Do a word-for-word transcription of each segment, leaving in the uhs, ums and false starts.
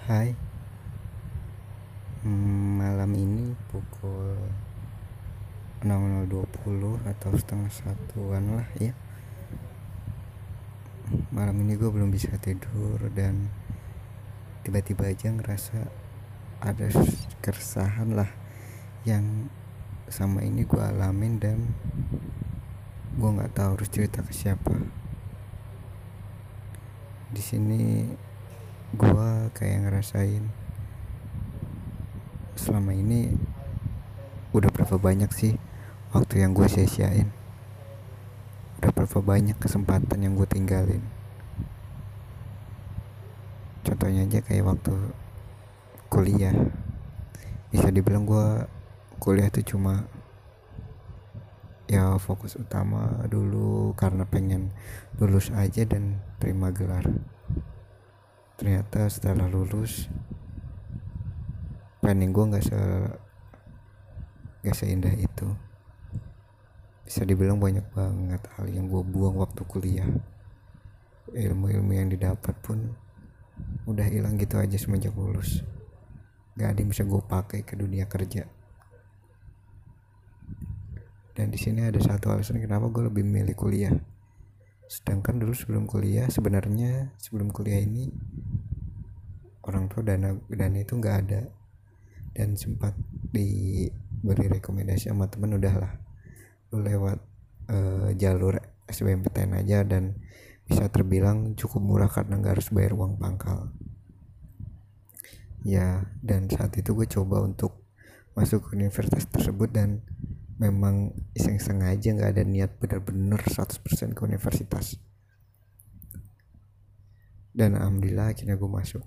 Hai, hmm, malam ini pukul nol nol dua puluh atau setengah satuan lah ya. Malam ini gue belum bisa tidur dan tiba-tiba aja ngerasa ada keresahan lah yang sama ini gue alamin dan gue nggak tahu harus cerita ke siapa. Di sini gue kayak ngerasain selama ini udah berapa banyak sih waktu yang gue sia-siain, udah berapa banyak kesempatan yang gue tinggalin. Contohnya aja kayak waktu kuliah, bisa dibilang gue kuliah tuh cuma ya fokus utama dulu karena pengen lulus aja dan terima gelar. Ternyata setelah lulus planning gue nggak se nggak seindah itu. Bisa dibilang banyak banget hal yang gue buang waktu kuliah. Ilmu-ilmu yang didapat pun udah hilang gitu aja semenjak lulus. Gak ada yang bisa gue pakai ke dunia kerja. Dan di sini ada satu alasan kenapa gue lebih memilih kuliah. Sedangkan dulu sebelum kuliah, sebenarnya sebelum kuliah ini orang tua dana dana itu nggak ada, dan sempat diberi rekomendasi sama temen, udahlah lu lewat uh, jalur S B M P T N aja dan bisa terbilang cukup murah karena nggak harus bayar uang pangkal ya. Dan saat itu gue coba untuk masuk ke universitas tersebut dan memang iseng-iseng aja, nggak ada niat bener-bener seratus persen ke universitas. Dan alhamdulillah akhirnya gue masuk.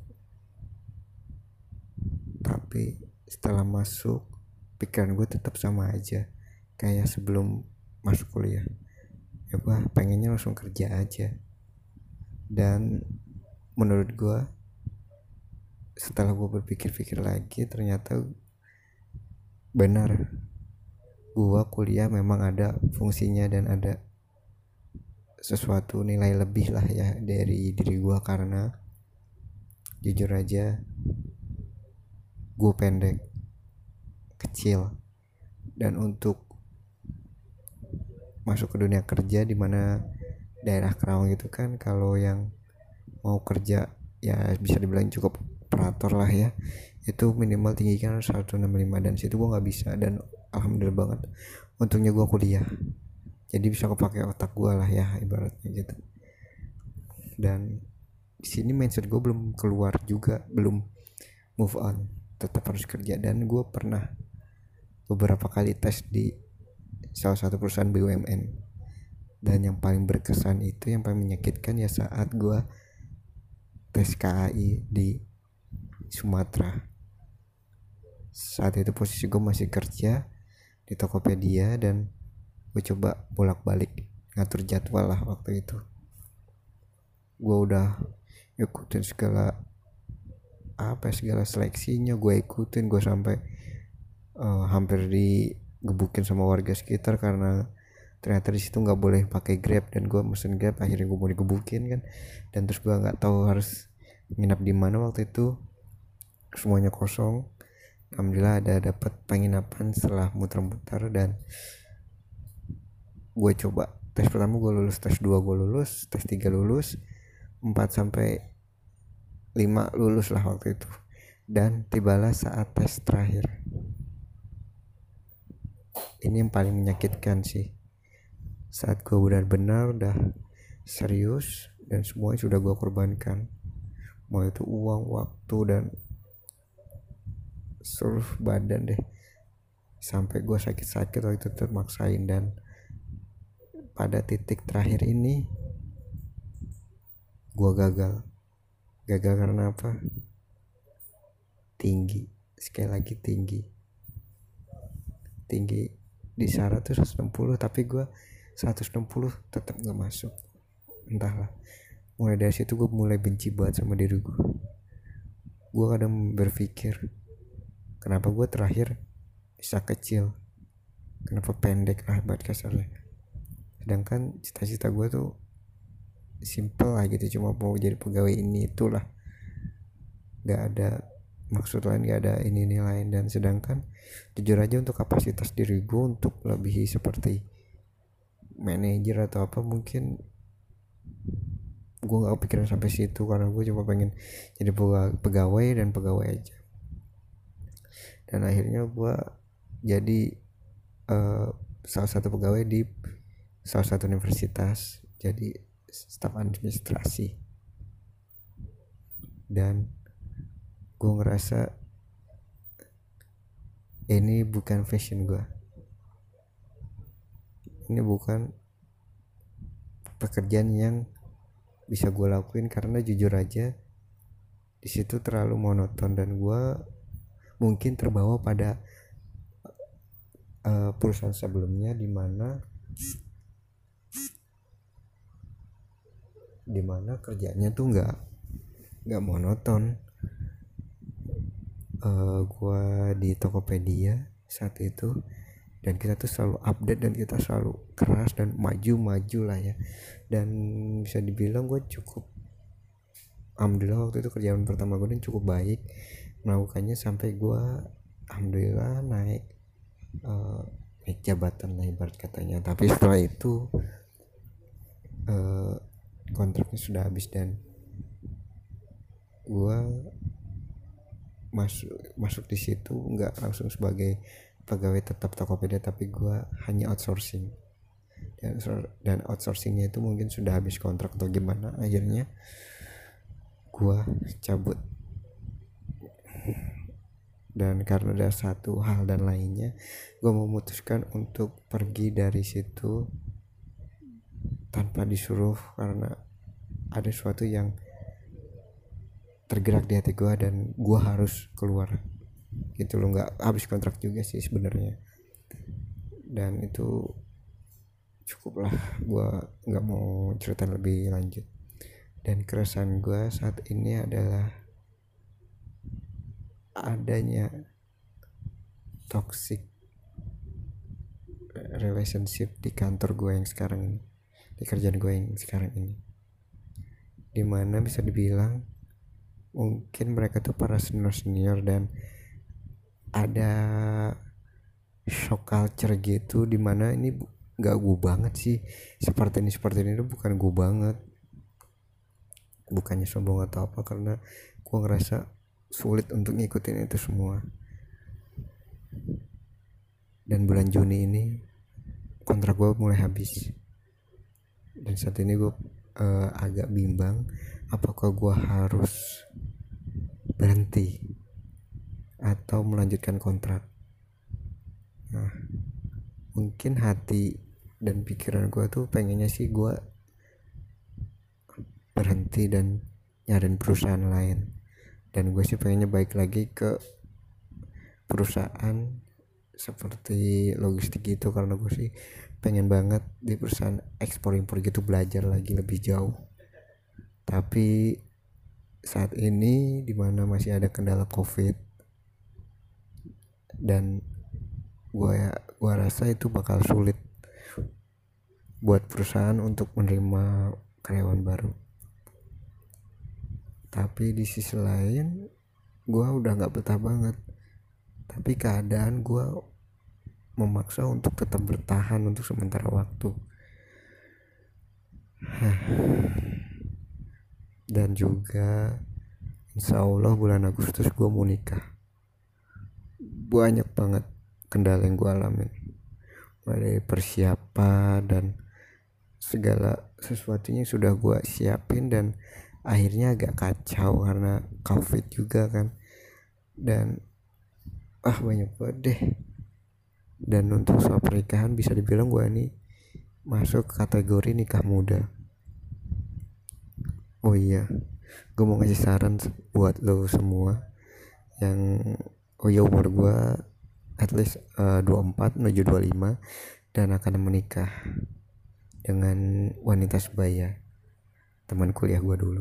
Tapi setelah masuk, pikiran gue tetap sama aja kayak sebelum masuk kuliah. Ya gue pengennya langsung kerja aja. Dan menurut gue, setelah gue berpikir-pikir lagi, ternyata benar, gue kuliah memang ada fungsinya dan ada sesuatu nilai lebih lah ya dari diri gue. Karena jujur aja gue pendek, kecil, dan untuk masuk ke dunia kerja di mana daerah Kerawang itu kan, kalau yang mau kerja ya bisa dibilang cukup operator lah ya, itu minimal tinggi kan seratus enam puluh lima, dan situ gue nggak bisa. Dan alhamdulillah banget untungnya gue kuliah, jadi bisa kepake otak gue lah ya ibaratnya gitu. Dan di sini mindset gue belum keluar juga, belum move on, tetap harus kerja. Dan gue pernah beberapa kali tes di salah satu perusahaan B U M N, dan yang paling berkesan itu, yang paling menyakitkan ya saat gue tes K A I di Sumatera. Saat itu posisi gue masih kerja di Tokopedia dan gue coba bolak-balik ngatur jadwal lah. Waktu itu gue udah ikutin segala apa segala seleksinya, gue ikutin, gue sampai uh, hampir digebukin sama warga sekitar karena ternyata di situ nggak boleh pakai Grab, dan gue mesen Grab, akhirnya gue mau digebukin kan. Dan terus gue nggak tahu harus nginap di mana. Waktu itu semuanya kosong. Alhamdulillah ada dapat penginapan setelah muter-muter, dan gue coba tes pertama gue lulus, tes dua gue lulus, tes tiga lulus, empat sampai lima lulus lah waktu itu. Dan tibalah saat tes terakhir, ini yang paling menyakitkan sih. Saat gue benar-benar udah serius dan semuanya sudah gue korbankan, mau itu uang, waktu, dan seluruh badan deh, sampai gue sakit-sakit waktu itu tetap maksain. Dan pada titik terakhir ini gue gagal. Gagal karena apa? Tinggi, sekali lagi tinggi. Tinggi di syarat tuh seratus enam puluh, tapi gue seratus enam puluh tetap gak masuk. Entahlah, mulai dari situ gue mulai benci banget sama diri gue. Gue kadang berpikir, kenapa gue terakhir bisa kecil, kenapa pendek lah buat kasarnya. Sedangkan cita-cita gue tuh simple lah gitu, cuma mau jadi pegawai ini itulah. nggak ada maksud lain, nggak ada ini ini lain. Dan sedangkan jujur aja untuk kapasitas diri gue untuk lebih seperti manajer atau apa, mungkin gue nggak kepikiran sampai situ, karena gue cuma pengen jadi pegawai dan pegawai aja. Dan akhirnya gue jadi uh, salah satu pegawai di salah satu universitas, jadi staf administrasi. Dan gue ngerasa ini bukan fashion gue, ini bukan pekerjaan yang bisa gue lakuin, karena jujur aja di situ terlalu monoton dan gue mungkin terbawa pada uh, perusahaan sebelumnya di mana di mana kerjanya tuh nggak nggak monoton. Uh, gue di Tokopedia saat itu, dan kita tuh selalu update dan kita selalu keras dan maju-maju lah ya. Dan bisa dibilang gue cukup, alhamdulillah waktu itu kerjaan pertama gue dan cukup baik melakukannya, sampai gue alhamdulillah naik uh, naik jabatan lah ibarat katanya. Tapi setelah itu uh, kontraknya sudah habis dan gue masuk masuk di situ nggak langsung sebagai pegawai tetap Tokopedia, tapi gue hanya outsourcing. Dan, dan outsourcingnya itu mungkin sudah habis kontrak atau gimana, akhirnya gue cabut. Dan karena ada satu hal dan lainnya, gue memutuskan untuk pergi dari situ tanpa disuruh, karena ada sesuatu yang tergerak di hati gue dan gue harus keluar gitu loh. Nggak habis kontrak juga sih sebenarnya, dan itu cukup lah, gue nggak mau cerita lebih lanjut. Dan keresahan gue saat ini adalah adanya toxic relationship di kantor gue yang sekarang ini, di kerjaan gue yang sekarang ini, dimana bisa dibilang mungkin mereka tuh para senior-senior dan ada shock culture gitu, dimana ini gak gue banget sih, seperti ini seperti ini tuh bukan gue banget. Bukannya sombong atau apa, karena gue ngerasa sulit untuk ngikutin itu semua. Dan bulan Juni ini kontrak gue mulai habis, dan saat ini gue uh, agak bimbang apakah gue harus berhenti atau melanjutkan kontrak. Nah, mungkin hati dan pikiran gue tuh pengennya sih gue berhenti dan nyariin perusahaan lain. Dan gue sih pengennya balik lagi ke perusahaan seperti logistik gitu, karena gue sih pengen banget di perusahaan ekspor impor gitu belajar lagi lebih jauh. Tapi saat ini dimana masih ada kendala covid, dan gue ya gue rasa itu bakal sulit buat perusahaan untuk menerima karyawan baru. Tapi di sisi lain gue udah nggak betah banget, tapi keadaan gue memaksa untuk tetap bertahan untuk sementara waktu. Dan juga insya Allah bulan Agustus gue mau nikah. Banyak banget kendala yang gue alamin, mulai persiapan dan segala sesuatunya sudah gue siapin, dan akhirnya agak kacau karena covid juga kan. Dan ah banyak banget deh. Dan untuk soal pernikahan bisa dibilang gue nih masuk kategori nikah muda. Oh iya, gue mau ngasih saran buat lo semua yang oh ya umur gue at least uh, dua puluh empat menuju dua puluh lima dan akan menikah dengan wanita sebaya, teman kuliah gue dulu.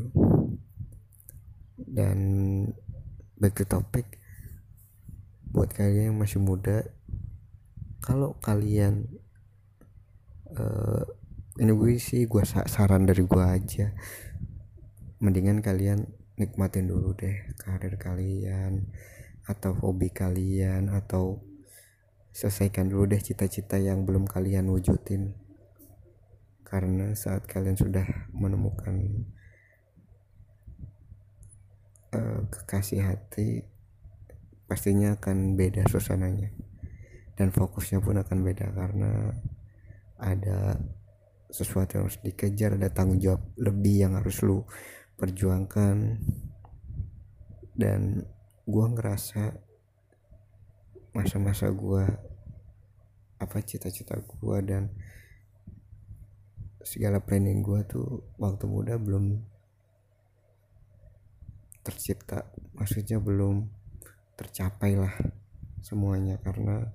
Dan back to topic, buat kalian yang masih muda, kalau kalian uh, ini gue sih gue saran dari gue aja, mendingan kalian nikmatin dulu deh karir kalian atau hobi kalian, atau selesaikan dulu deh cita-cita yang belum kalian wujudin. Karena saat kalian sudah menemukan uh, kekasih hati, pastinya akan beda suasananya dan fokusnya pun akan beda, karena ada sesuatu yang harus dikejar, ada tanggung jawab lebih yang harus lu perjuangkan. Dan gua ngerasa masa-masa gua apa cita-cita gua dan segala planning gua tuh waktu muda belum tercipta, maksudnya belum tercapai lah semuanya, karena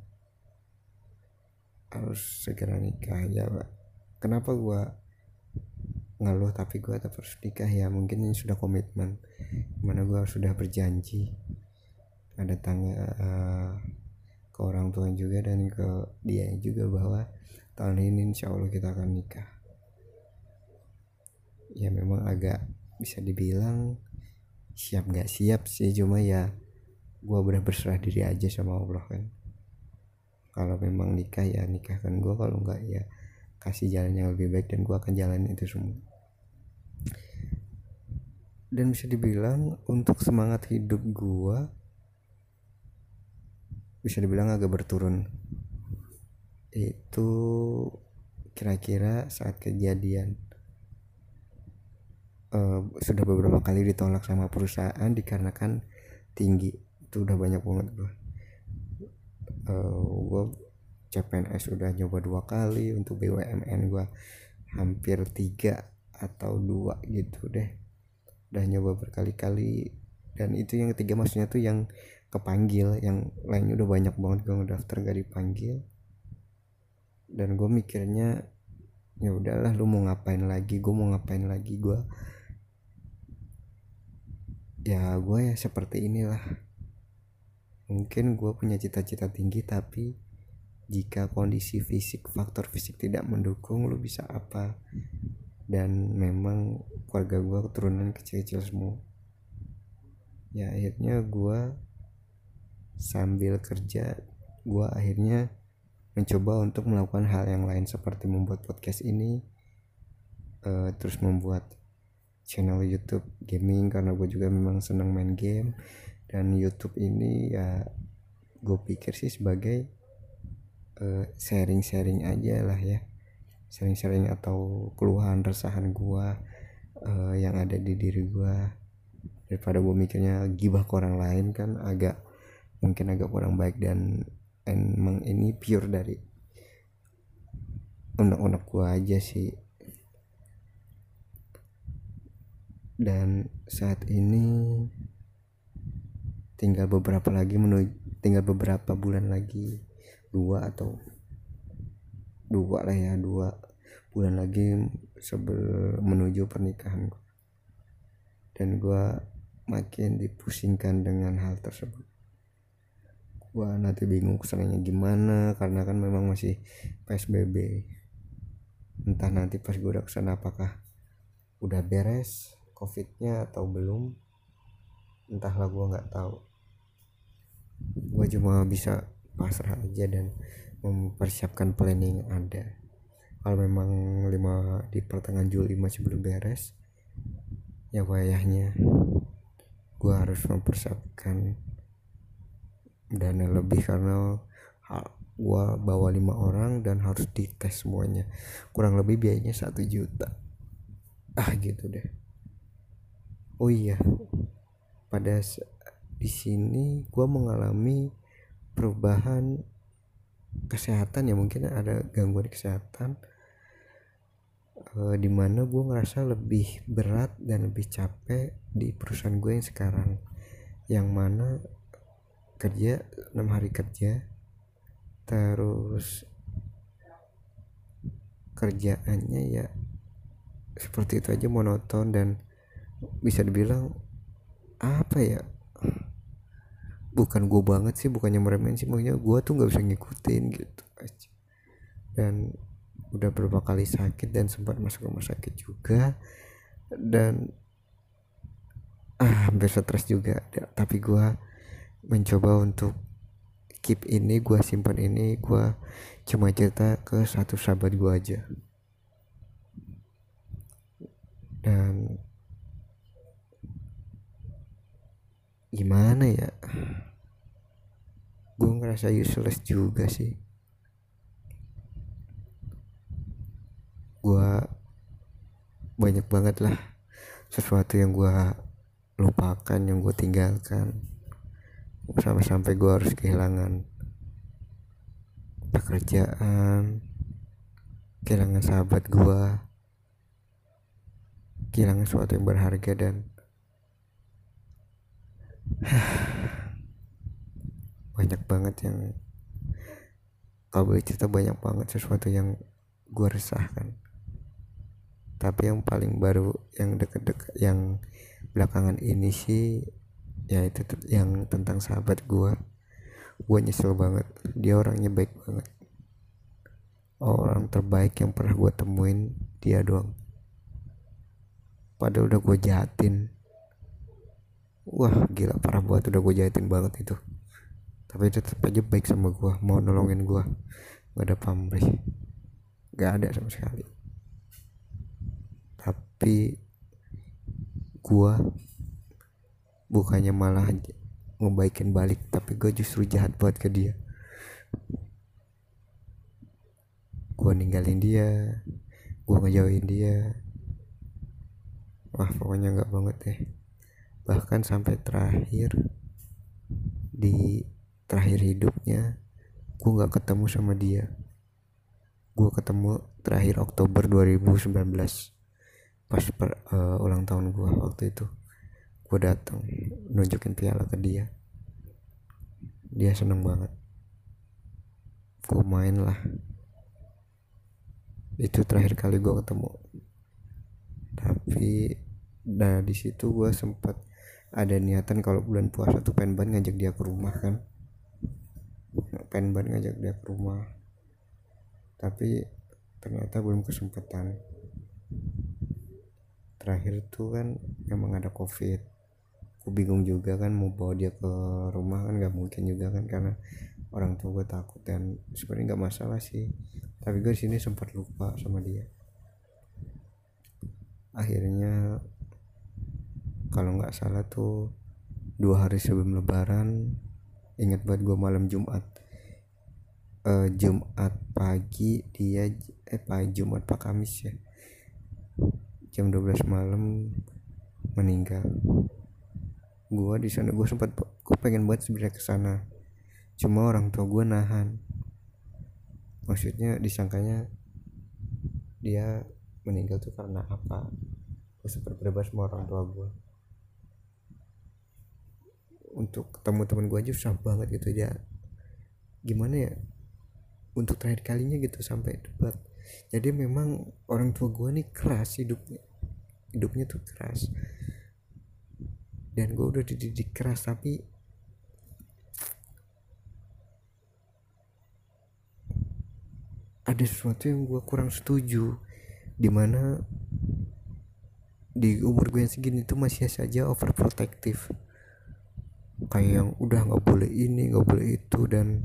harus segera nikah. Ya kenapa gua ngeluh tapi gua tetap harus nikah, ya mungkin ini sudah komitmen, mana gua sudah berjanji ada tangga uh, ke orang tua juga dan ke dia juga bahwa tahun ini insya Allah kita akan nikah. Ya memang agak bisa dibilang siap gak siap sih, cuma ya gue bener berserah diri aja sama Allah kan. Kalau memang nikah ya nikahkan gue, kalau enggak ya kasih jalan yang lebih baik dan gue akan jalanin itu semua. Dan bisa dibilang untuk semangat hidup gue bisa dibilang agak berturun. Itu kira-kira saat kejadian uh, sudah beberapa kali ditolak sama perusahaan dikarenakan tinggi. Itu udah banyak banget gue. Uh, gue C P N S udah nyoba dua kali, untuk B U M N gue hampir tiga atau dua gitu deh. Udah nyoba berkali-kali, dan itu yang ketiga maksudnya tuh yang kepanggil, yang lainnya udah banyak banget gue ngedaftar gak dipanggil. Dan gue mikirnya ya udahlah, lu mau ngapain lagi, gue mau ngapain lagi, gue ya gue ya seperti inilah. Mungkin gue punya cita-cita tinggi, tapi jika kondisi fisik, faktor fisik tidak mendukung, lu bisa apa? Dan memang keluarga gue keturunan kecil-kecil semua. Ya akhirnya gue sambil kerja, gue akhirnya mencoba untuk melakukan hal yang lain seperti membuat podcast ini, uh, terus membuat channel YouTube gaming karena gue juga memang senang main game. Dan YouTube ini ya gue pikir sih sebagai uh, sharing-sharing aja lah ya, sharing-sharing atau keluhan resahan gue uh, yang ada di diri gue, daripada gue mikirnya gibah ke orang lain kan agak mungkin agak kurang baik. Dan emang ini pure dari unek-unek gue aja sih. Dan saat ini tinggal beberapa lagi menuju tinggal beberapa bulan lagi, dua atau dua lah ya dua bulan lagi sebelum menuju pernikahan gue. Dan gue makin dipusingkan dengan hal tersebut. Gue nanti bingung kesananya gimana, karena kan memang masih P S B B. Entah nanti pas gue udah kesana apakah udah beres covidnya atau belum, entahlah, gue nggak tahu. Gue cuma bisa pasrah aja dan mempersiapkan planning yang ada. Kalau memang lima di pertengahan Juli masih belum beres, ya wayahnya gue harus mempersiapkan dana lebih, karena gue bawa lima orang dan harus dites semuanya, kurang lebih biayanya satu juta ah gitu deh. Oh iya, pada di sini gue mengalami perubahan kesehatan, ya mungkin ada gangguan kesehatan e, dimana gue ngerasa lebih berat dan lebih capek di perusahaan gue yang sekarang, yang mana kerja enam hari kerja, terus kerjaannya ya seperti itu aja, monoton. Dan bisa dibilang apa ya, bukan gue banget sih, bukannya meremehin sih, maksudnya gue tuh nggak bisa ngikutin gitu aja. Dan udah beberapa kali sakit dan sempat masuk rumah sakit juga. Dan ah, hampir stres juga. Tapi gue mencoba untuk keep ini, gue simpan ini, gue cuma cerita ke satu sahabat gue aja. Dan gimana ya, gue ngerasa useless juga sih. Gue banyak banget lah sesuatu yang gue lupakan, yang gue tinggalkan, sampai-sampai gue harus kehilangan pekerjaan, kehilangan sahabat gue, kehilangan sesuatu yang berharga. Dan banyak banget yang, kalau boleh cerita, banyak banget sesuatu yang gue resahkan. Tapi yang paling baru, yang deket-deket, yang belakangan ini sih, ya itu yang tentang sahabat gue. Gue nyesel banget, dia orangnya baik banget, orang terbaik yang pernah gue temuin, dia doang. Padahal udah gue jahatin, wah gila parah banget, udah gue jahatin banget itu. Tapi dia tetap aja baik sama gue, mau nolongin gue, gak ada pamrih, gak ada sama sekali. Tapi gue bukannya malah ngebaikin balik, tapi gue justru jahat buat ke dia. Gue ninggalin dia, gue ngejauhin dia, wah pokoknya gak banget deh. Bahkan sampai terakhir, di terakhir hidupnya, gue gak ketemu sama dia. Gue ketemu terakhir Oktober dua ribu sembilan belas, pas per, uh, ulang tahun gue waktu itu. Gue datang nunjukin piala ke dia, dia seneng banget. Gue main lah, itu terakhir kali gue ketemu. Tapi nah di situ gue sempat ada niatan kalau bulan puasa tuh pengen banget ngajak dia ke rumah kan, pengen banget ngajak dia ke rumah, tapi ternyata belum kesempatan. Terakhir tuh kan emang ada covid, aku bingung juga kan mau bawa dia ke rumah kan gak mungkin juga kan, karena orang tua gue takut. Dan sebenarnya nggak masalah sih, tapi gue sini sempat lupa sama dia. Akhirnya kalau nggak salah tuh dua hari sebelum lebaran, ingat banget gue, malam Jumat, uh, Jumat pagi dia eh pagi Jumat pak Kamis ya, jam dua belas malam meninggal. Gue di sana, gue sempat, gue pengen banget sebenarnya ke sana, cuma orang tua gue nahan. Maksudnya disangkanya dia meninggal tuh karena apa. Gue sempat berdebat sama orang tua gue. Untuk ketemu teman gue aja susah banget gitu ya, gimana ya, untuk terakhir kalinya gitu sampai debat. Jadi memang orang tua gue nih keras hidupnya, hidupnya tuh keras, dan gue udah dididik keras. Tapi ada sesuatu yang gue kurang setuju, dimana di umur gue yang segini tuh masih saja overprotective, kayak yang udah nggak boleh ini nggak boleh itu, dan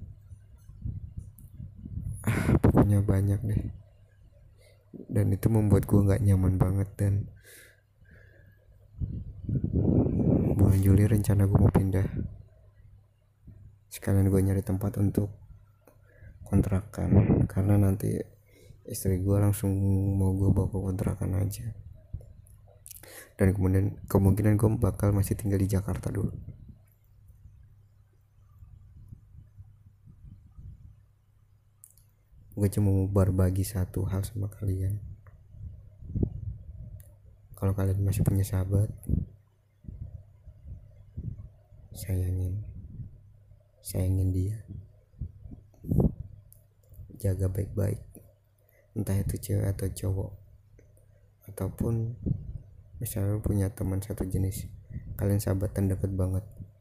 ah pokoknya banyak deh. Dan itu membuat gue nggak nyaman banget. Dan bulan Juli rencana gue mau pindah, sekalian gue nyari tempat untuk kontrakan, karena nanti istri gue langsung mau gue bawa ke kontrakan aja. Dan kemudian kemungkinan gue bakal masih tinggal di Jakarta dulu. Gue cuma mau berbagi satu hal sama kalian. Kalau kalian masih punya sahabat, sayangin, sayangin dia, jaga baik-baik, entah itu cewek atau cowok, ataupun misalnya punya teman satu jenis, kalian sahabatan deket banget,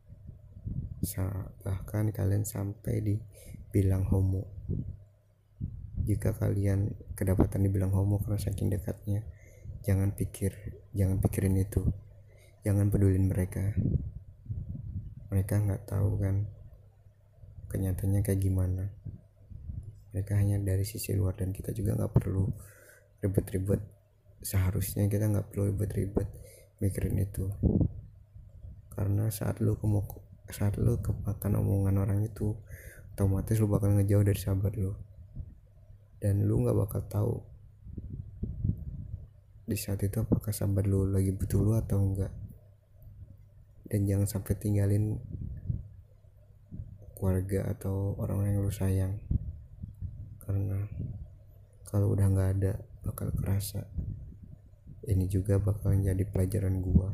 bahkan kalian sampai dibilang homo. Jika kalian kedapatan dibilang homo karena saking dekatnya, jangan pikir, jangan pikirin itu. jangan pedulin mereka. Mereka nggak tahu kan kenyataannya kayak gimana. Mereka hanya dari sisi luar, dan kita juga nggak perlu ribet-ribet. Seharusnya kita nggak perlu ribet-ribet mikirin itu, karena saat lu kemuk saat lu kemakan omongan orang itu, otomatis lu bakal ngejauh dari sahabat lu, dan lu nggak bakal tahu di saat itu apakah sahabat lu lagi butuh lu atau enggak. Dan jangan sampai tinggalin keluarga atau orang-orang yang lu sayang, karena kalau udah nggak ada bakal kerasa. Ini juga bakal jadi pelajaran gua,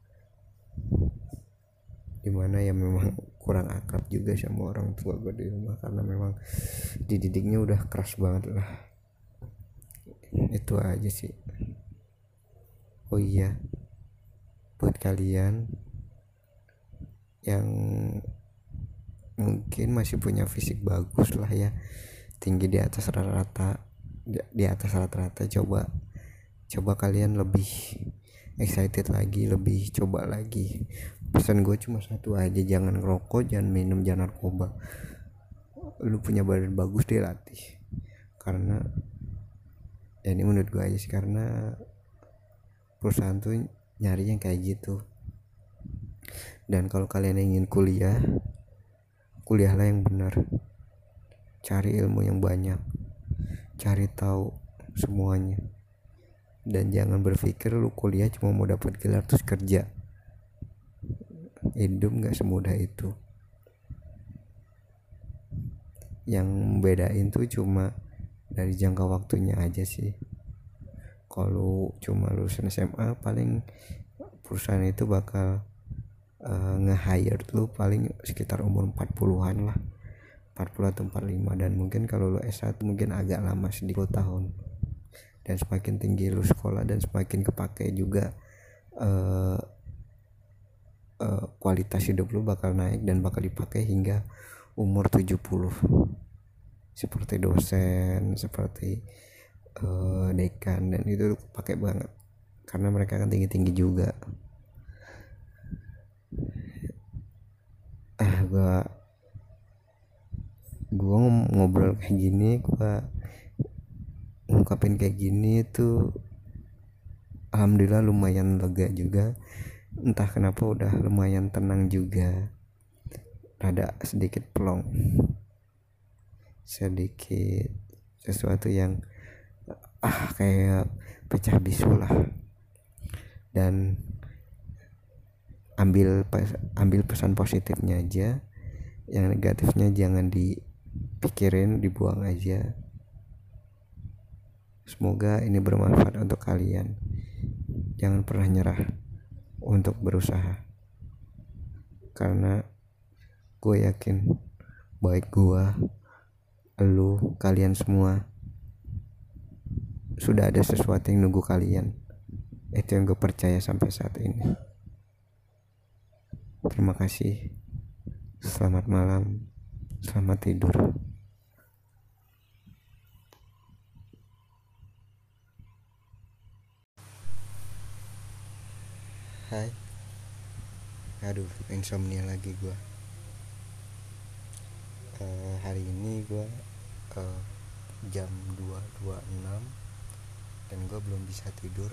dimana ya memang kurang akrab juga sama orang tua gue di rumah, karena memang dididiknya udah keras banget lah. Itu aja sih. Oh iya, buat kalian yang mungkin masih punya fisik bagus lah ya, tinggi di atas rata-rata, di atas rata-rata, coba coba kalian lebih excited lagi, lebih coba lagi. Pesan gue cuma satu aja, jangan ngerokok, jangan minum, jangan narkoba. Lu punya badan bagus, dilatih. Karena ya ini menurut gue aja sih, karena perusahaan tuh nyari yang kayak gitu. Dan kalau kalian ingin kuliah, kuliahlah yang benar, cari ilmu yang banyak, cari tahu semuanya. Dan jangan berpikir lu kuliah cuma mau dapat gelar terus kerja. Hidup gak semudah itu. Yang bedain tuh cuma dari jangka waktunya aja sih. Kalau cuma lulusan S M A, paling perusahaan itu bakal uh, nge-hire lu paling sekitar umur empat puluhan lah, empat puluh atau empat puluh lima. Dan mungkin kalau lu S satu mungkin agak lama, sedikit tahun. Dan semakin tinggi lu sekolah dan semakin kepake juga uh, uh, kualitas hidup lu bakal naik dan bakal dipakai hingga umur tujuh puluh. Seperti dosen, seperti uh, dekan, dan itu pakai banget karena mereka kan tinggi-tinggi juga. Ah, gua gua ngobrol kayak gini, gua ngungkapin kayak gini tuh alhamdulillah lumayan lega juga. Entah kenapa udah lumayan tenang juga, rada sedikit plong, sedikit sesuatu yang ah kayak pecah bisu lah. Dan ambil ambil pesan positifnya aja, yang negatifnya jangan dipikirin, dibuang aja. Semoga ini bermanfaat untuk kalian. Jangan pernah nyerah untuk berusaha, karena gue yakin baik gue, lu, kalian semua sudah ada sesuatu yang nunggu kalian. Itu yang gue percaya sampai saat ini. Terima kasih. Selamat malam. Selamat tidur. Hai. Aduh, insomnia lagi gue. Uh, hari ini gue uh, jam dua dua puluh enam dan gue belum bisa tidur.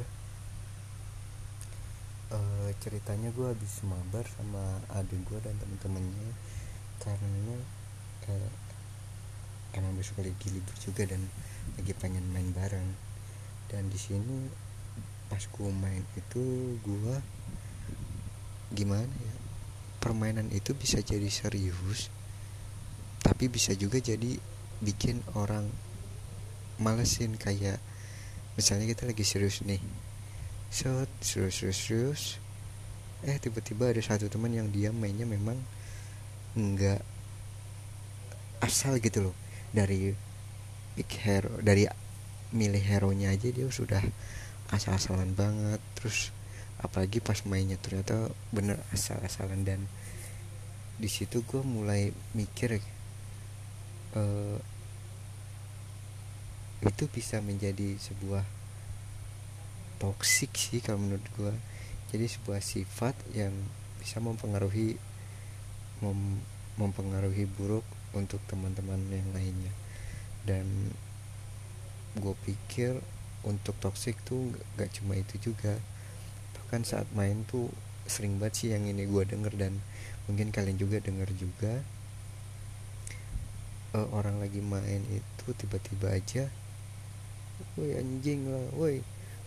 Uh, ceritanya gue habis mabar sama adik gue dan temen-temennya, karena uh, emang besok lagi libur juga dan lagi pengen main bareng. Dan di sini pas gue main itu, gue gimana ya, permainan itu bisa jadi serius, tapi bisa juga jadi bikin orang malesin. Kayak misalnya kita lagi serius nih, set serius serius serius eh tiba-tiba ada satu teman yang dia mainnya memang nggak asal gitu loh, dari big hero, dari milih hero nya aja dia sudah asal-asalan banget. Terus apalagi pas mainnya ternyata bener asal-asalan. Dan di situ gue mulai mikir uh, itu bisa menjadi sebuah toksik sih kalau menurut gue. Jadi sebuah sifat yang bisa mempengaruhi mem, mempengaruhi buruk untuk teman-teman yang lainnya. Dan gue pikir untuk toxic tuh gak cuma itu juga, bahkan saat main tuh sering banget sih yang ini gue denger, dan mungkin kalian juga denger juga, uh, orang lagi main itu tiba-tiba aja, woi anjing lah, woi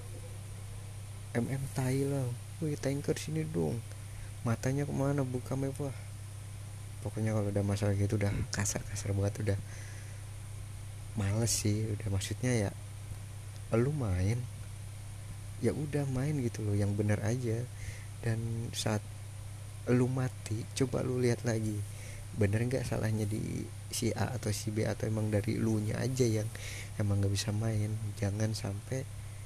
mm tai lah, woi tanker sini dong, matanya kemana, buka mewah. Pokoknya kalau udah masalah gitu udah kasar-kasar banget, udah males sih. Udah maksudnya ya lu main ya udah main gitu loh, yang bener aja. Dan saat lu mati coba lu lihat lagi, bener nggak salahnya di si A atau si B, atau emang dari lu nya aja yang emang nggak bisa main. Jangan sampai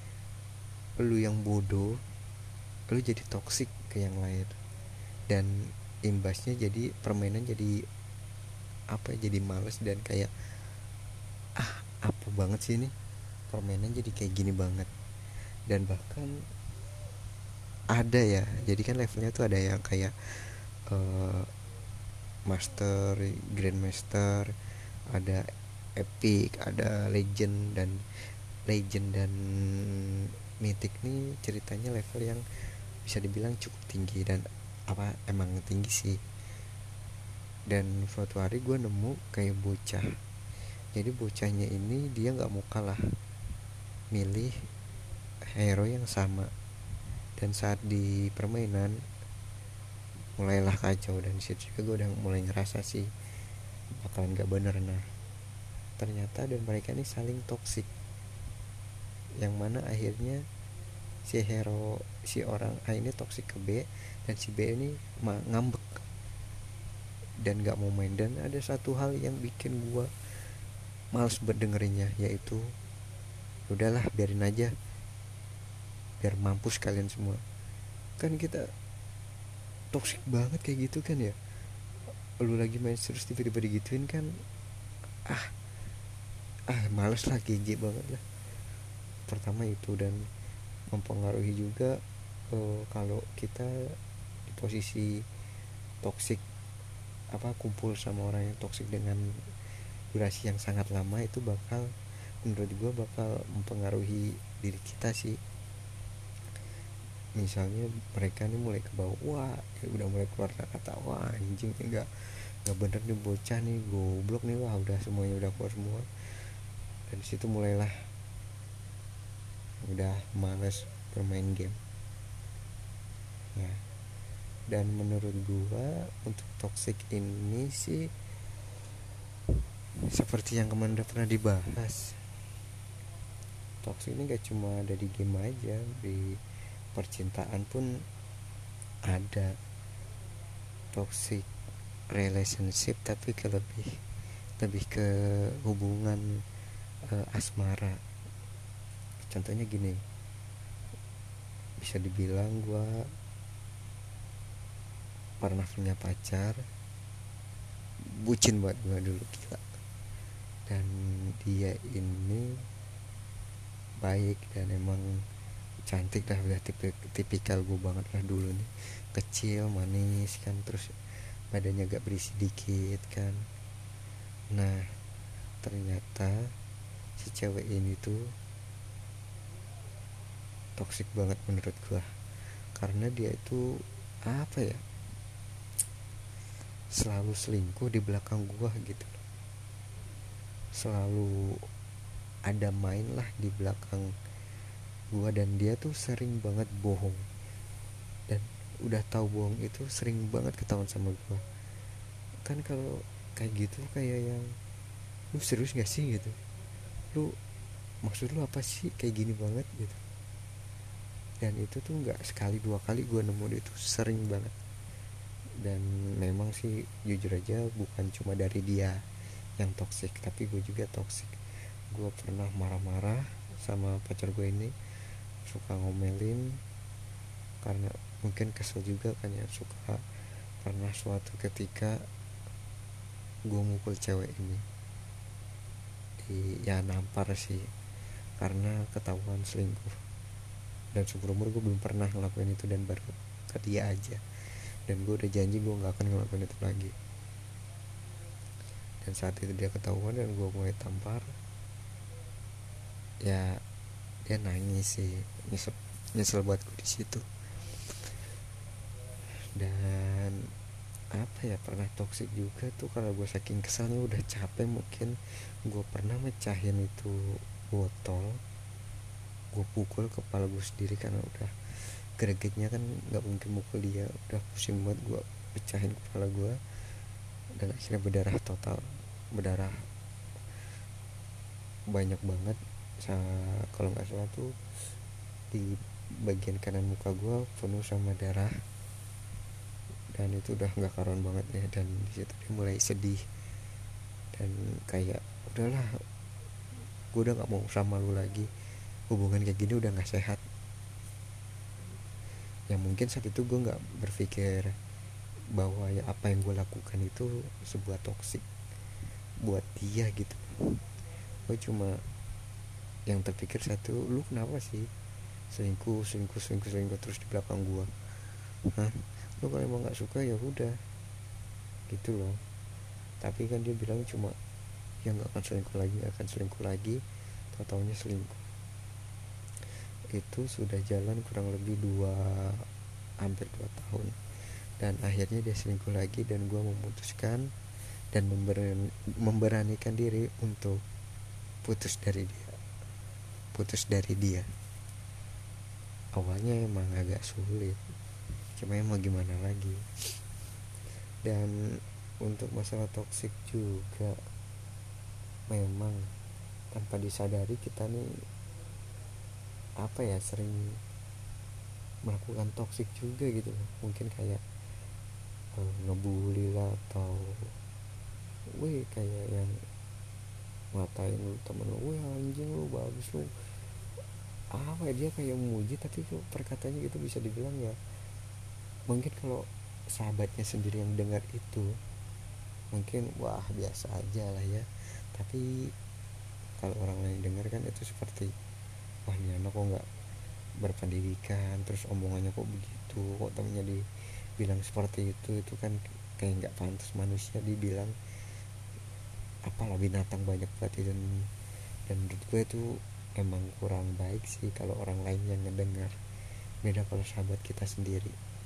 lu yang bodoh lu jadi toksik ke yang lain, dan imbasnya jadi permainan jadi apa ya, jadi males dan kayak ah apa banget sih ini permainan jadi kayak gini banget. Dan bahkan ada ya, jadi kan levelnya tuh ada yang kayak uh, master, grandmaster, ada epic, ada legend. Dan legend dan mythic nih ceritanya level yang bisa dibilang cukup tinggi, dan apa emang tinggi sih. Dan suatu hari gue nemu kayak bocah, jadi bocahnya ini dia nggak mau kalah, milih hero yang sama. Dan saat di permainan mulailah kacau, dan disitu juga gue udah mulai ngerasa sih bakalan gak bener. Nah ternyata dan mereka ini saling toksik, yang mana akhirnya si hero, si orang A ini toksik ke B, dan si B ini ngambek dan gak mau main. Dan ada satu hal yang bikin gue males berdengerinnya, yaitu udahlah biarin aja, biar mampus kalian semua. Kan kita toksik banget kayak gitu kan ya, lu lagi main terus tiba-tiba digituin kan, ah ah males lah, gege banget lah. Pertama itu, dan mempengaruhi juga uh, kalau kita di posisi toksik, apa kumpul sama orang yang toksik dengan durasi yang sangat lama, itu bakal menurut gue bakal mempengaruhi diri kita sih. Misalnya mereka nih mulai ke bawah, wah ya udah mulai keluar kata, wah anjing enggak nggak bener nih bocah nih, goblok nih, wah udah semuanya udah keluar semua. Dan disitu mulailah udah males bermain game ya. Dan menurut gua untuk toxic ini sih seperti yang kemarin udah pernah dibahas, toxic ini gak cuma ada di game aja, di percintaan pun ada toxic relationship, tapi ke lebih lebih ke hubungan uh, asmara. Contohnya gini, bisa dibilang gue pernah punya pacar, bucin banget gue dulu, gila. Dan dia ini baik dan emang cantik lah, udah tipe, tipikal gue banget lah dulu nih, kecil manis kan, terus badannya agak berisi dikit kan. Nah ternyata si cewek ini tuh toksik banget menurut gue, karena dia itu apa ya, selalu selingkuh di belakang gue gitu, selalu ada main lah di belakang gue. Dan dia tuh sering banget bohong, dan udah tahu bohong itu sering banget ketahuan sama gue. Kan kalau kayak gitu kayak yang, lu serius gak sih gitu, lu maksud lu apa sih kayak gini banget gitu. Dan itu tuh nggak sekali dua kali gue nemu, dia tuh sering banget. Dan memang sih jujur aja bukan cuma dari dia yang toksik, tapi gue juga toksik. Gue pernah marah-marah sama pacar gue ini, suka ngomelin karena mungkin kesel juga kan ya. Suka pernah suatu ketika gue mukul cewek ini di, ya nampar sih, karena ketahuan selingkuh. dan seumur umur gue belum pernah ngelakuin itu, dan baru ke dia aja, dan gue udah janji gue nggak akan ngelakuin itu lagi. Dan saat itu dia ketahuan dan gue mulai tampar, ya dia nangis sih, nyesel nyesel buat gue di situ. Dan apa ya, pernah toksik juga tuh karena gue saking kesalnya udah capek, mungkin gue pernah mecahin itu botol, gue pukul kepala gue sendiri karena udah gregetnya kan nggak mungkin mukul dia, udah pusing banget, gue pecahin kepala gue dan akhirnya berdarah total, berdarah banyak banget. Kalau nggak salah tuh di bagian kanan muka gue penuh sama darah, dan itu udah nggak karuan banget ya. Dan di situ dia mulai sedih dan kayak udahlah, gue udah nggak mau sama lu lagi, hubungan kayak gini udah nggak sehat. Ya mungkin saat itu gue nggak berpikir bahwa ya apa yang gue lakukan itu sebuah toksik buat dia gitu. Gue cuma yang terpikir satu, lu kenapa sih selingkuh selingkuh selingkuh selingkuh terus di belakang gue? Hah, lu kalau emang nggak suka ya udah gitu loh. Tapi kan dia bilang cuma ya nggak akan selingkuh lagi, nggak akan selingkuh lagi, tau-taunya selingkuh. Itu sudah jalan kurang lebih dua hampir dua tahun, dan akhirnya dia selingkuh lagi, dan gue memutuskan dan memberani, memberanikan diri untuk putus dari dia putus dari dia. Awalnya emang agak sulit, cuma emang gimana lagi. Dan untuk masalah toksik juga, memang tanpa disadari kita nih apa ya, sering melakukan toksik juga gitu. Mungkin kayak uh, ngebully lah, atau weh kayak yang ngatain lu temen lu, weh anjing lu bagus lu, apa ya, dia kayak memuji tapi kok perkataannya gitu bisa dibilang ya, mungkin kalau sahabatnya sendiri yang dengar itu mungkin wah biasa aja lah ya, tapi kalau orang lain dengar kan itu seperti wah ini anak kok nggak berpendidikan, terus omongannya kok begitu, kok temennya dibilang seperti itu, itu kan kayak nggak pantas manusia dibilang apalah binatang banyak banget. Dan dan menurut gue itu emang kurang baik sih kalau orang lain yang ngedengar, beda kalau sahabat kita sendiri.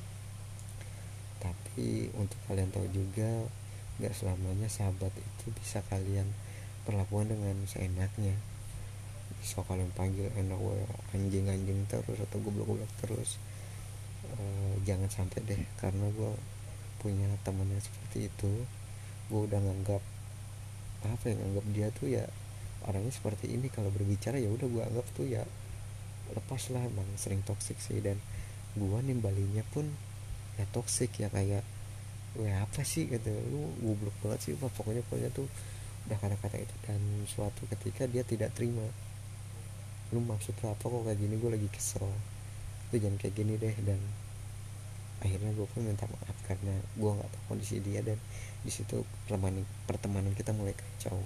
Tapi untuk kalian tahu juga, nggak selamanya sahabat itu bisa kalian perlakuan dengan seenaknya. So kalian panggil enak gue anjing-anjing terus atau goblok-goblok terus, e, jangan sampai deh, karena gue punya teman yang seperti itu. Gue udah nganggap apa ya, nganggap dia tuh ya orangnya seperti ini, kalau berbicara ya udah gue anggap tuh ya lepas lah, emang sering toksik sih. Dan gue nimbalinya pun ya toksik, ya kayak weh apa sih gitu, lu goblok banget sih, wah pokoknya pokoknya tuh udah kata-kata itu. Dan suatu ketika dia tidak terima, lu maksud lu apa kok kayak gini, gue lagi kesel, lu jangan kayak gini deh. Dan akhirnya gue pun minta maaf karena gue nggak tahu kondisi dia, dan di situ pertemanan pertemanan kita mulai kacau.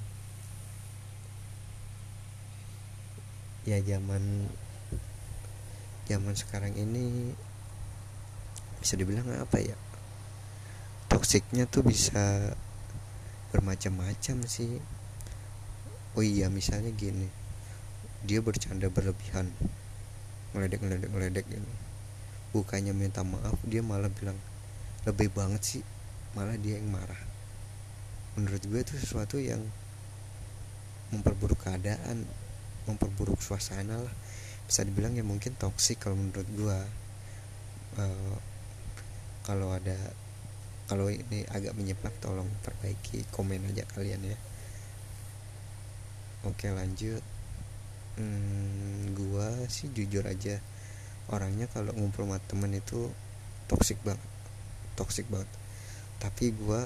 Ya zaman zaman sekarang ini bisa dibilang apa ya, toksiknya tuh bisa bermacam-macam sih. Oh iya, misalnya gini, dia bercanda berlebihan, ngeledek-ngeledek ngeledek gitu, bukannya minta maaf dia malah bilang lebih banget sih, malah dia yang marah. Menurut gue itu sesuatu yang memperburuk keadaan, memperburuk suasana lah, bisa dibilang ya mungkin toksik kalau menurut gue. Uh, kalau ada kalau ini agak menyimpang tolong perbaiki, komen aja kalian ya. Oke lanjut. hmm, gue sih jujur aja orangnya kalau ngumpul sama temen itu toksik banget toksik banget tapi gue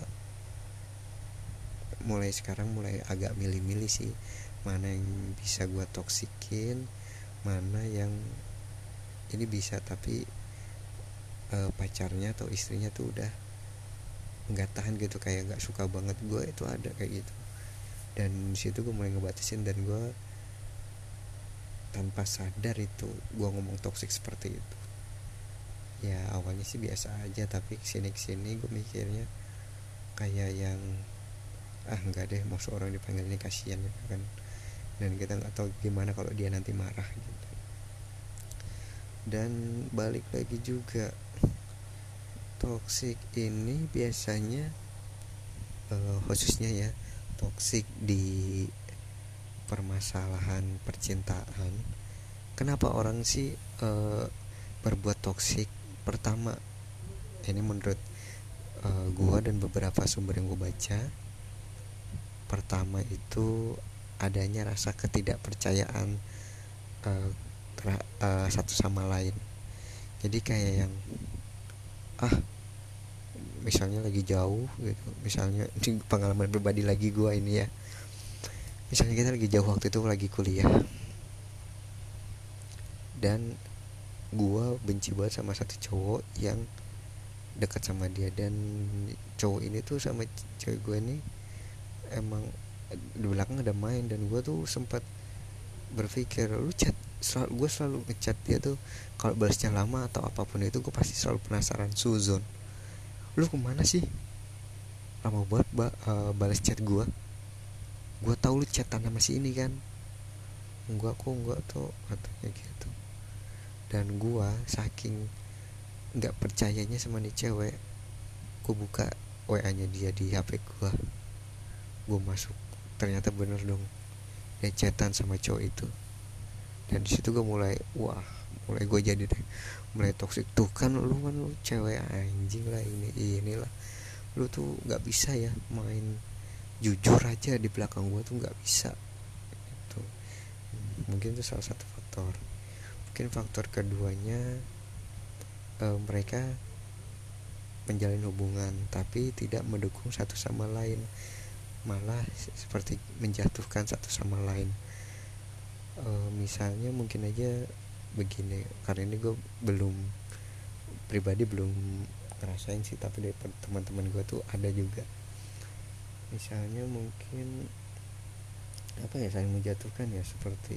mulai sekarang mulai agak milih-milih sih, mana yang bisa gue toksikin, mana yang ini bisa tapi uh, pacarnya atau istrinya tuh udah nggak tahan gitu, kayak nggak suka banget. Gue itu ada kayak gitu, dan disitu gue mulai ngebatasin. Dan gue tanpa sadar itu gue ngomong toksik seperti itu. Ya awalnya sih biasa aja, tapi kesini kesini gue mikirnya kayak yang ah nggak deh, mau seorang dipanggil ini kasihan gitu kan, dan kita nggak tahu gimana kalau dia nanti marah gitu. Dan balik lagi juga, toksik ini biasanya uh, khususnya ya toksik di permasalahan percintaan. Kenapa orang sih uh, berbuat toksik? Pertama, ini menurut uh, gua dan beberapa sumber yang gua baca, pertama itu adanya rasa ketidakpercayaan uh, tra- uh, satu sama lain. Jadi kayak yang ah misalnya lagi jauh gitu, misalnya ini pengalaman pribadi lagi gua ini ya, misalnya kita lagi jauh waktu itu lagi kuliah, dan gua benci banget sama satu cowok yang dekat sama dia, dan cowok ini tuh sama cewek gue ini emang di belakang ada main, dan gue tuh sempat berpikir lu chat selalu, gue selalu ngechat dia tuh kalau balasnya lama atau apapun itu gue pasti selalu penasaran, suzon lu kemana sih lama banget ba- uh, balas chat gue gue tahu lu chatan sama si ini kan, enggak kok enggak tuh katanya gitu. Dan gue saking nggak percayanya sama nih cewek, gue buka W A-nya dia di H P gue, gue masuk, ternyata bener dong dia chatan sama cowok itu. Dan di situ gue mulai wah, mulai gue jadi deh mulai toksik tuh kan, lu kan lu cewek anjing lah, ini inilah lu tuh nggak bisa ya main jujur aja di belakang gue tuh nggak bisa itu. Mungkin itu salah satu faktor. Mungkin faktor keduanya, eh, mereka menjalin hubungan tapi tidak mendukung satu sama lain, malah seperti menjatuhkan satu sama lain. E, misalnya mungkin aja begini, karena ini gue belum pribadi belum ngerasain sih, tapi dari teman-teman gue tuh ada juga. Misalnya mungkin apa ya, saling menjatuhkan ya, seperti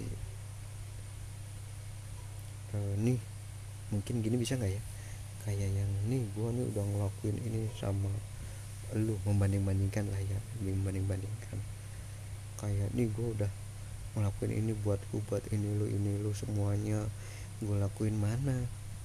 e, nih mungkin gini bisa nggak ya, kayak yang nih gue nih udah ngelakuin ini sama lu, membanding-bandingkan lah ya, membanding-bandingkan kayak nih gue udah ngelakuin ini buat lu, buat ini lu, ini lu semuanya gue lakuin, mana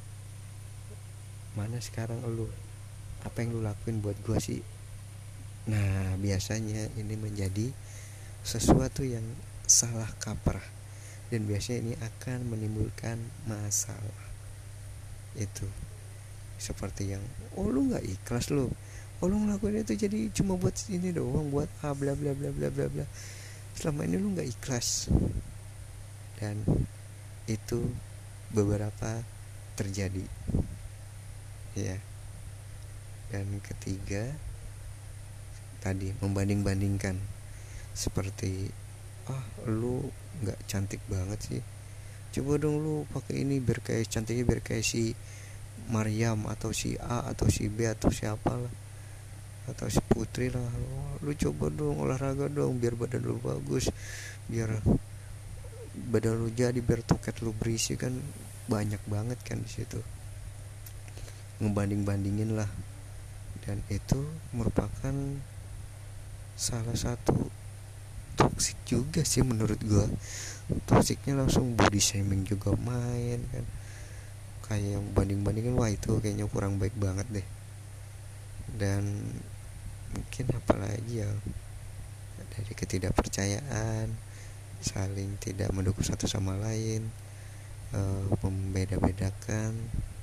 mana sekarang lu, apa yang lu lakuin buat gue sih. Nah biasanya ini menjadi sesuatu yang salah kaprah, dan biasanya ini akan menimbulkan masalah. Itu seperti yang oh lu nggak ikhlas lu, oh lu ngelakuin itu jadi cuma buat ini doang, buat ah bla bla bla bla bla bla, selama ini lu nggak ikhlas. Dan itu beberapa terjadi ya. Dan ketiga tadi, membanding-bandingkan, seperti ah lu nggak cantik banget sih, coba dong lu pakai ini biar kayak cantiknya, biar kayak si Maryam atau si A atau si B atau siapa lah, atau si Putri lah. Lu coba dong olahraga dong biar badan lu bagus, biar badan lu jadi, biar toket lu berisi. Kan banyak banget kan di situ, ngebanding-bandingin lah. Dan itu merupakan salah satu toksik juga sih menurut gua. Toksiknya langsung body shaming juga main kan, kayak yang banding-bandingin, wah itu kayaknya kurang baik banget deh. Dan mungkin apalagi ya, dari ketidakpercayaan, saling tidak mendukung satu sama lain, e, membeda-bedakan.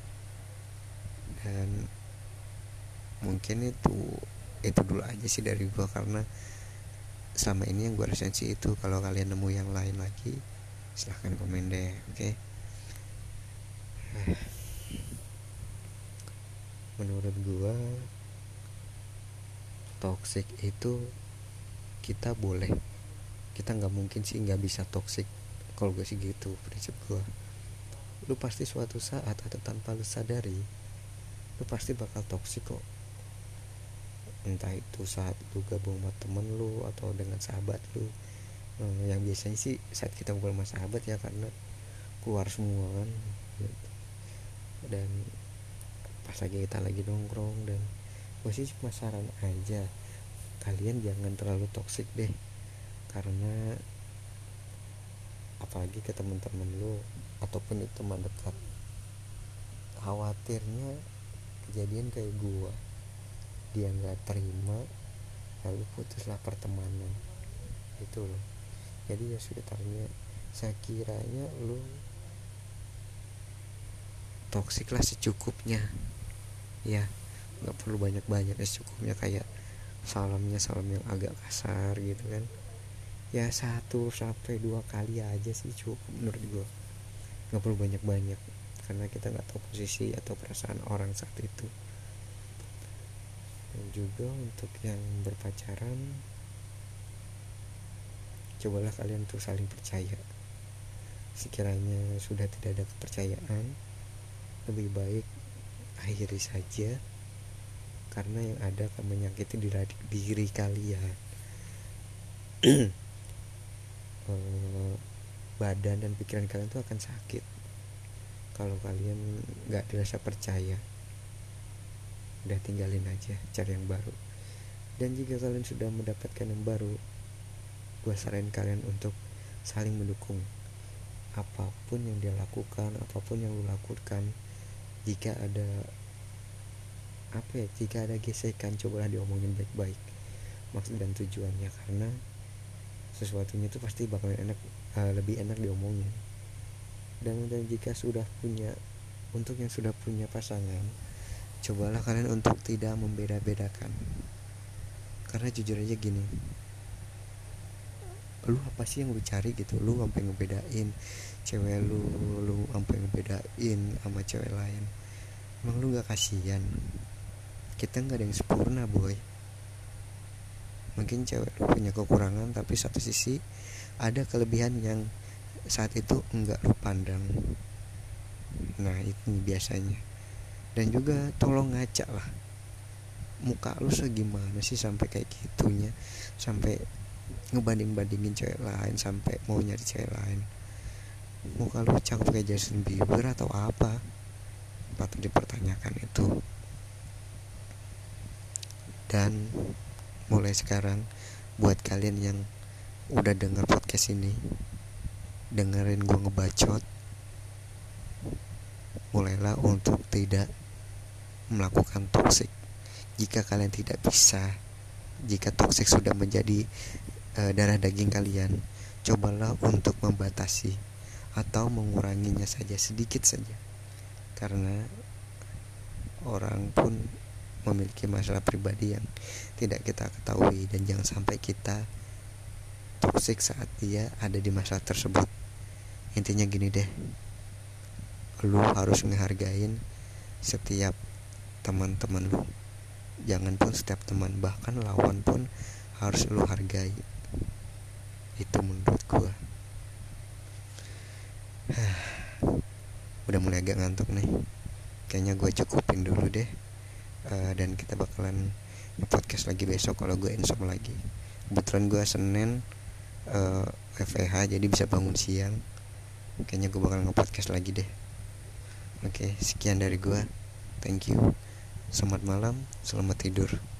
Dan mungkin itu itu dulu aja sih dari gua, karena selama ini yang gua rasain sih itu. Kalau kalian nemu yang lain lagi silahkan komen deh, oke okay? Menurut gua toxic itu kita boleh, kita nggak mungkin sih nggak bisa toxic. Kalau gue sih gitu prinsip gue. Lu pasti suatu saat atau tanpa lu sadari, lu pasti bakal toxic kok. Entah itu saat lu gabung sama temen lu atau dengan sahabat lu. Hmm, yang biasanya sih saat kita ngobrol sama sahabat ya, karena keluar semua kan gitu. Dan pas lagi kita lagi nongkrong, dan gue sih cuma saran aja, kalian jangan terlalu toksik deh, karena apalagi ke teman-teman lu ataupun itu teman dekat, khawatirnya kejadian kayak gua, dia nggak terima lalu putuslah pertemanan itu loh. Jadi ya sekitarnya saya kiranya lu toksik lah secukupnya ya, nggak perlu banyak-banyak, ya secukupnya, kayak salamnya salam yang agak kasar gitu kan ya, satu sampai dua kali aja sih cukup menurut gue, nggak perlu banyak-banyak karena kita nggak tahu posisi atau perasaan orang saat itu. Dan juga untuk yang berpacaran, cobalah kalian tuh saling percaya. Sekiranya sudah tidak ada kepercayaan, lebih baik akhiri saja, karena yang ada akan menyakiti diri, diri kalian. Badan dan pikiran kalian tuh akan sakit kalau kalian nggak dirasa percaya. Udah tinggalin aja, cari yang baru. Dan jika kalian sudah mendapatkan yang baru, gue saranin kalian untuk saling mendukung. Apapun yang dia lakukan, apapun yang lu lakukan, jika ada apa ya, jika ada gesekan, cobalah diomongin baik-baik maksud dan tujuannya, karena sesuatunya itu pasti bakalan enak, uh, lebih enak diomongin. Dan, dan jika sudah punya, untuk yang sudah punya pasangan, cobalah kalian untuk tidak membeda-bedakan, karena jujur aja gini, lu apa sih yang lu cari gitu, lu sampai ngebedain cewek lu, lu sampai ngebedain sama cewek lain, emang lu nggak kasihan? Kita nggak ada yang sempurna boy. Mungkin cewek lu punya kekurangan, tapi satu sisi ada kelebihan yang saat itu enggak lu pandang. Nah itu biasanya. Dan juga tolong ngaca lah, muka lu segimana sih sampai kayak gitunya, sampai ngebanding-bandingin cewek lain, sampai mau nyari cewek lain. Muka lu cakep kayak Justin Bieber atau apa? Patut dipertanyakan itu. Dan mulai sekarang, buat kalian yang udah denger podcast ini, dengerin gue ngebacot, mulailah untuk tidak melakukan toksik. Jika kalian tidak bisa, jika toksik sudah menjadi e, darah daging kalian, cobalah untuk membatasi atau menguranginya saja, sedikit saja. Karena orang pun memiliki masalah pribadi yang tidak kita ketahui, dan jangan sampai kita toksik saat dia ada di masalah tersebut. Intinya gini deh, lu harus ngehargain setiap teman-teman lu, jangan pun setiap teman, bahkan lawan pun harus lu hargai. Itu menurut gua. Udah mulai agak ngantuk nih, kayaknya gue cukupin dulu deh. Uh, dan kita bakalan podcast lagi besok kalau gue insomnia lagi. Kebetulan gue Senin uh, F E H, jadi bisa bangun siang. Kayaknya gue bakal nge-podcast lagi deh. Oke, okay, sekian dari gue. Thank you. Selamat malam, selamat tidur.